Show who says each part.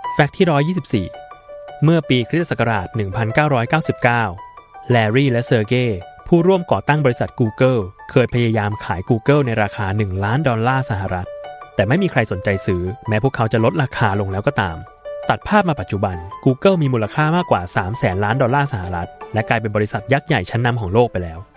Speaker 1: แฟกต์ที่124เมื่อปีคริสตศักราช1999แลรี่และเซอร์เกย์ผู้ร่วมก่อตั้งบริษัท Google เคยพยายามขาย Google ในราคา$1 ล้านแต่ไม่มีใครสนใจซื้อแม้พวกเขาจะลดราคาลงแล้วก็ตามตัดภาพมาปัจจุบัน Google มีมูลค่ามากกว่า$300 แสนและกลายเป็นบริษัทยักษ์ใหญ่ชั้นนำของโลกไปแล้ว